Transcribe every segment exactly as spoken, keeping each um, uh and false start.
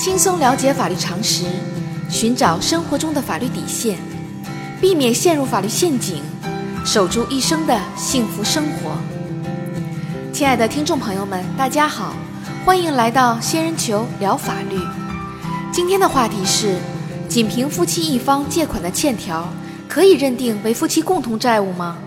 轻松了解法律常识，寻找生活中的法律底线，避免陷入法律陷阱，守住一生的幸福生活。亲爱的听众朋友们，大家好，欢迎来到仙人球聊法律。今天的话题是，仅凭夫妻一方借款的欠条，可以认定为夫妻共同债务吗？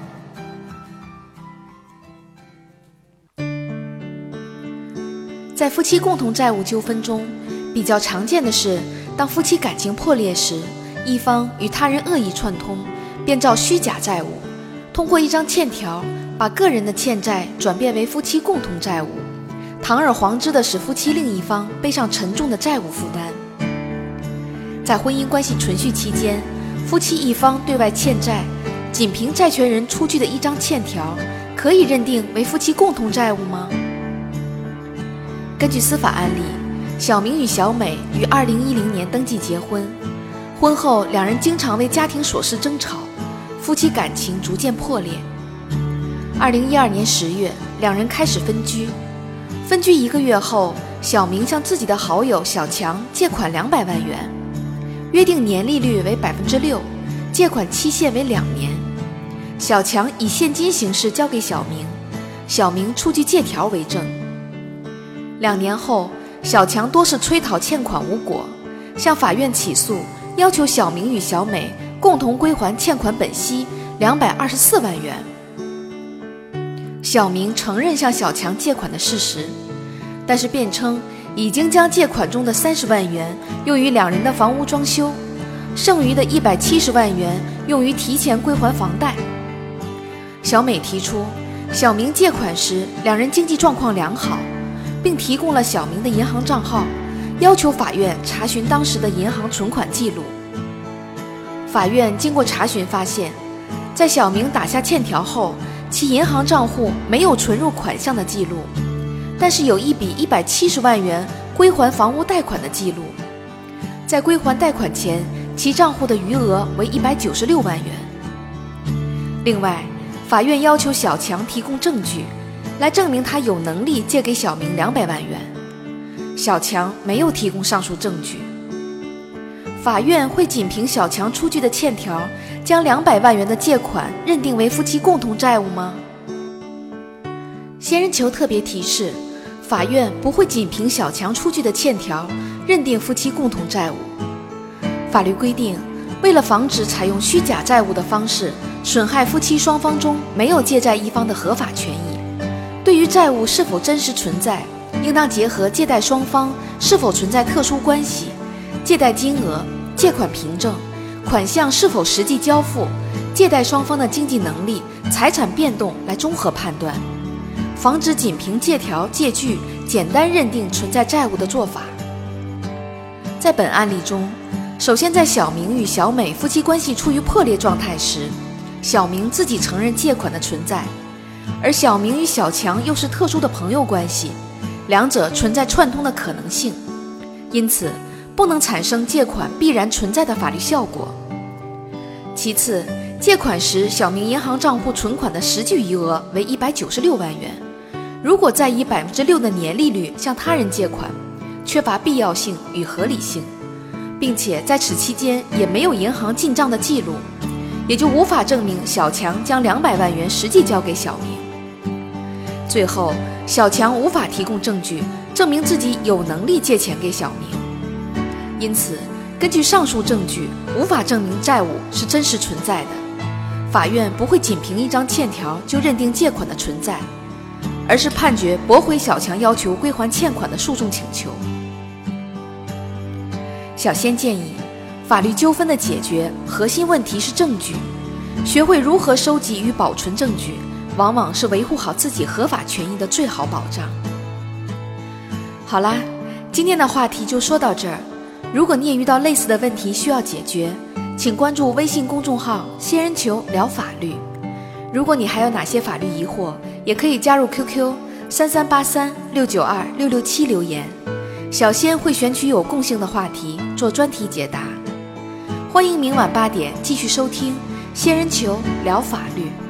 在夫妻共同债务纠纷中，比较常见的是，当夫妻感情破裂时，一方与他人恶意串通，编造虚假债务，通过一张欠条把个人的欠债转变为夫妻共同债务，堂而皇之地使夫妻另一方背上沉重的债务负担。在婚姻关系存续期间，夫妻一方对外欠债，仅凭债权人出具的一张欠条，可以认定为夫妻共同债务吗？根据司法案例，小明与小美于二零一零年登记结婚，婚后两人经常为家庭琐事争吵，夫妻感情逐渐破裂。二零一二年十月，两人开始分居。分居一个月后，小明向自己的好友小强借款两百万元，约定年利率为百分之六，借款期限为两年。小强以现金形式交给小明，小明出具借条为证。两年后，小强多次催讨欠款无果，向法院起诉，要求小明与小美共同归还欠款本息两百二十四万元。小明承认向小强借款的事实，但是辩称已经将借款中的三十万元用于两人的房屋装修，剩余的一百七十万元用于提前归还房贷。小美提出，小明借款时两人经济状况良好，并提供了小明的银行账号，要求法院查询当时的银行存款记录。法院经过查询发现，在小明打下欠条后，其银行账户没有存入款项的记录，但是有一笔一百七十万元归还房屋贷款的记录。在归还贷款前，其账户的余额为一百九十六万元。另外，法院要求小强提供证据，来证明他有能力借给小明两百万元。小强没有提供上述证据。法院会仅凭小强出具的欠条，将两百万元的借款认定为夫妻共同债务吗？仙人球特别提示，法院不会仅凭小强出具的欠条认定夫妻共同债务。法律规定，为了防止采用虚假债务的方式损害夫妻双方中没有借债一方的合法权益，对于债务是否真实存在，应当结合借贷双方是否存在特殊关系、借贷金额、借款凭证、款项是否实际交付、借贷双方的经济能力、财产变动来综合判断，防止仅凭借条借据简单认定存在债务的做法。在本案例中，首先在小明与小美夫妻关系处于破裂状态时，小明自己承认借款的存在，而小明与小强又是特殊的朋友关系，两者存在串通的可能性，因此不能产生借款必然存在的法律效果。其次，借款时小明银行账户存款的实际余额为一百九十六万元，如果再以百分之六的年利率向他人借款，缺乏必要性与合理性，并且在此期间也没有银行进账的记录，也就无法证明小强将两百万元实际交给小明。最后，小强无法提供证据证明自己有能力借钱给小明，因此根据上述证据无法证明债务是真实存在的，法院不会仅凭一张欠条就认定借款的存在，而是判决驳回小强要求归还欠款的诉讼请求。小仙建议，法律纠纷的解决核心问题是证据，学会如何收集与保存证据，往往是维护好自己合法权益的最好保障。好啦，今天的话题就说到这儿。如果你也遇到类似的问题需要解决，请关注微信公众号仙人球聊法律。如果你还有哪些法律疑惑，也可以加入 Q Q 三三八三六九二六六七留言，小仙会选取有共性的话题做专题解答。欢迎明晚八点继续收听仙人球聊法律。